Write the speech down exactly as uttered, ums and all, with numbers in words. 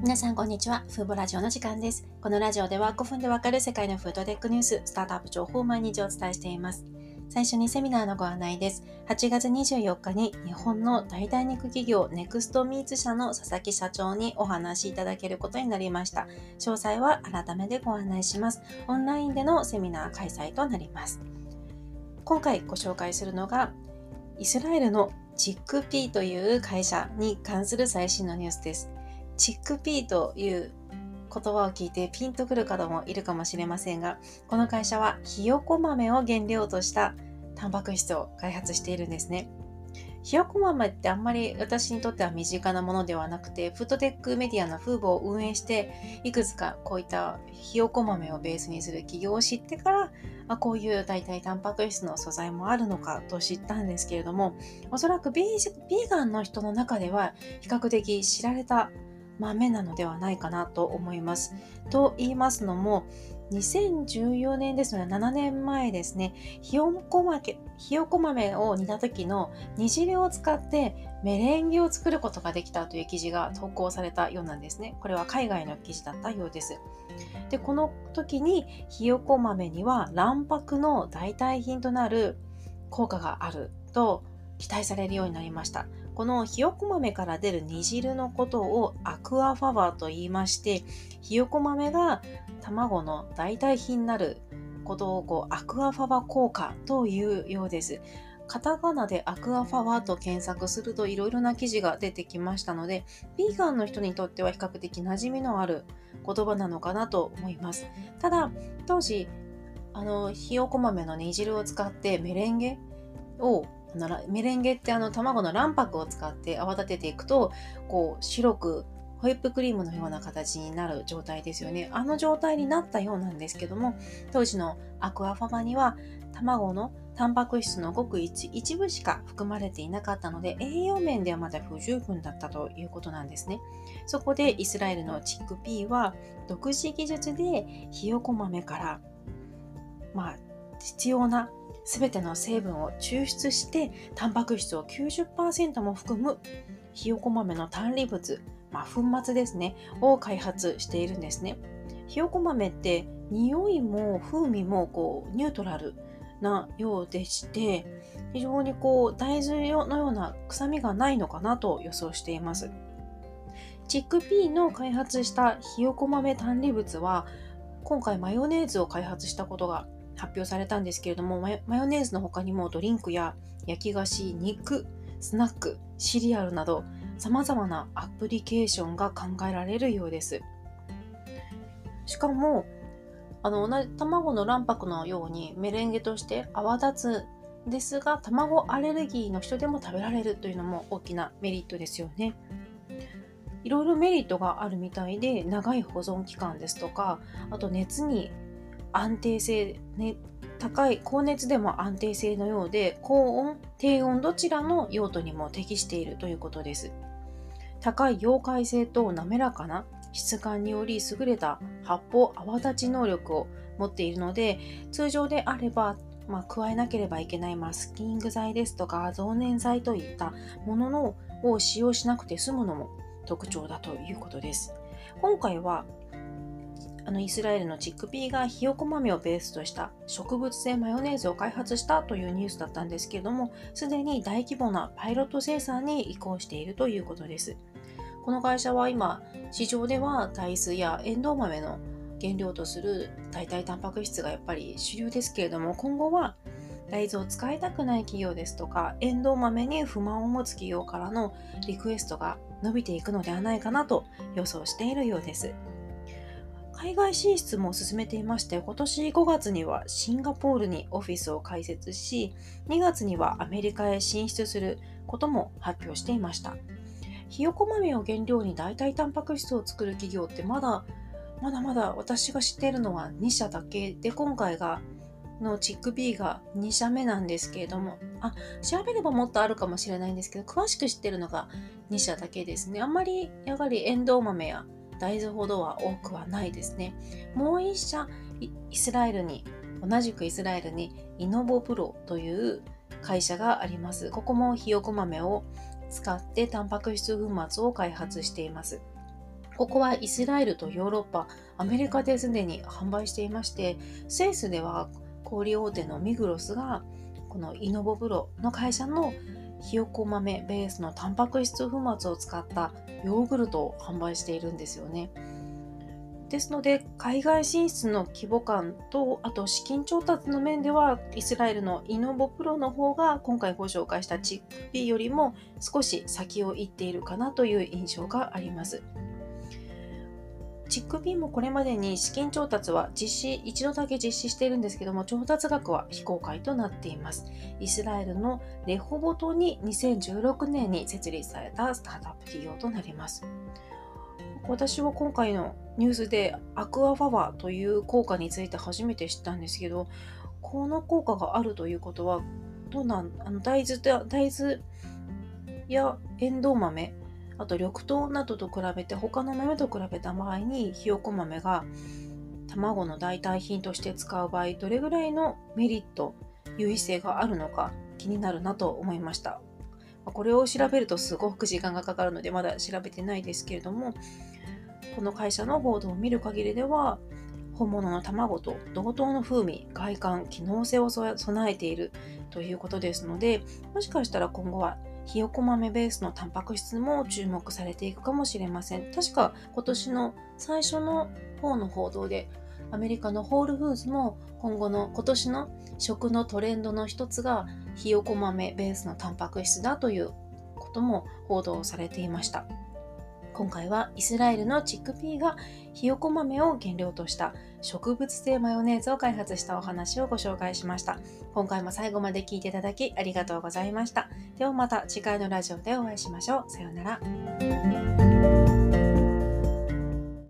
皆さんこんにちは。フーボラジオの時間です。このラジオではごふんでわかる世界のフードテックニュース、スタートアップ情報を毎日お伝えしています。最初にセミナーのご案内です。はちがつにじゅうよっかに日本の代替肉企業ネクストミーツ社の佐々木社長にお話しいただけることになりました。詳細は改めてご案内します。オンラインでのセミナー開催となります。今回ご紹介するのがイスラエルのチックピーという会社に関する最新のニュースです。チックピーという言葉を聞いてピンとくる方もいるかもしれませんが、この会社はひよこ豆を原料としたタンパク質を開発しているんですね。ひよこ豆ってあんまり私にとっては身近なものではなくて、フードテックメディアのフーボを運営して、いくつかこういったひよこ豆をベースにする企業を知ってから、あこういう代替タンパク質の素材もあるのかと知ったんですけれども、おそらくビー、ビーガンの人の中では比較的知られた豆なのではないかなと思います。と言いますのも、にせんじゅうよねんですのでななねんまえですね、ひよこ豆、ひよこ豆を煮た時の煮汁を使ってメレンゲを作ることができたという記事が投稿されたようなんですね。これは海外の記事だったようです。で、この時にひよこ豆には卵白の代替品となる効果があると期待されるようになりました。このひよこ豆から出る煮汁のことをアクアファバと言いまして、ひよこ豆が卵の代替品になることをこうアクアファバ効果というようです。カタカナでアクアファバと検索するといろいろな記事が出てきましたので、ビーガンの人にとっては比較的馴染みのある言葉なのかなと思います。ただ、当時、あの、ひよこ豆の煮汁を使ってメレンゲをメレンゲってあの卵の卵白を使って泡立てていくと、こう白くホイップクリームのような形になる状態ですよね。あの状態になったようなんですけども、当時のアクアファバには卵のタンパク質のごく一一部しか含まれていなかったので、栄養面ではまだ不十分だったということなんですね。そこでイスラエルのチックピーは独自技術でひよこ豆からまあ必要なすべての成分を抽出してタンパク質を きゅうじゅっパーセント も含むひよこ豆の単離物、まあ、粉末ですねを開発しているんですね。ひよこ豆って匂いも風味もこうニュートラルなようでして、非常にこう大豆のような臭みがないのかなと予想しています。チックピーの開発したひよこ豆単離物は今回マヨネーズを開発したことが発表されたんですけれども、マヨネーズの他にもドリンクや焼き菓子、肉、スナック、シリアルなど様々なアプリケーションが考えられるようです。しかも、あの同じ卵の卵白のようにメレンゲとして泡立つですが、卵アレルギーの人でも食べられるというのも大きなメリットですよね。いろいろメリットがあるみたいで、長い保存期間ですとか、あと熱に安定性、ね、高い高熱でも安定性のようで、高温、低温どちらの用途にも適しているということです。高い溶解性と滑らかな質感により優れた発泡泡立ち能力を持っているので、通常であれば、まあ、加えなければいけないマスキング剤ですとか増粘剤といったもののを使用しなくて済むのも特徴だということです。今回はあのイスラエルのチックピーがひよこ豆をベースとした植物性マヨネーズを開発したというニュースだったんですけれども、すでに大規模なパイロット生産に移行しているということです。この会社は今、市場では大豆やエンドウ豆の原料とする代替タンパク質がやっぱり主流ですけれども、今後は大豆を使いたくない企業ですとか、エンドウ豆に不満を持つ企業からのリクエストが伸びていくのではないかなと予想しているようです。海外進出も進めていまして、今年ごがつにはシンガポールにオフィスを開設し、にがつにはアメリカへ進出することも発表していました。ひよこ豆を原料に代替タンパク質を作る企業ってまだまだまだ私が知っているのはにしゃだけで、今回がのチックピーがにしゃめなんですけれども、あ、調べればもっとあるかもしれないんですけど、詳しく知ってるのがにしゃだけですね。あんまりやはりエンドウ豆や大豆ほどは多くはないですね。もう一社、イスラエルに、同じくイスラエルにイノボプロという会社があります。ここもひよこ豆を使ってタンパク質粉末を開発しています。 ここはイスラエルとヨーロッパ、アメリカですでに販売していまして、スイスでは小売大手のミグロスがこのイノボブロの会社のひよこ豆ベースのタンパク質粉末を使ったヨーグルトを販売しているんですよね。ですので、海外進出の規模感と、あと資金調達の面では、イスラエルのイノボプロの方が今回ご紹介したチックピーよりも少し先を行っているかなという印象があります。チックピーもこれまでに資金調達は実施、一度だけ実施しているんですけども、調達額は非公開となっています。イスラエルのレホボトににせんじゅうろくねんに設立されたスタートアップ企業となります。私は今回のニュースでアクアファワーという効果について初めて知ったんですけど、この効果があるということは、どうなんあの大豆や大豆やエンドウ豆、あと緑豆などと比べて、他の豆と比べた場合にひよこ豆が卵の代替品として使う場合、どれぐらいのメリット、優位性があるのか気になるなと思いました。これを調べるとすごく時間がかかるのでまだ調べてないですけれども、この会社の報道を見る限りでは、本物の卵と同等の風味、外観、機能性を備えているということですので、もしかしたら今後はひよこ豆ベースのタンパク質も注目されていくかもしれません。確か今年の最初の方の報道で、アメリカのホールフーズも今後の今年の食のトレンドの一つがひよこ豆ベースのタンパク質だということも報道されていました。今回はイスラエルのチックピーがひよこ豆を原料とした植物性マヨネーズを開発したお話をご紹介しました。今回も最後まで聞いていただきありがとうございました。ではまた次回のラジオでお会いしましょう。さようなら。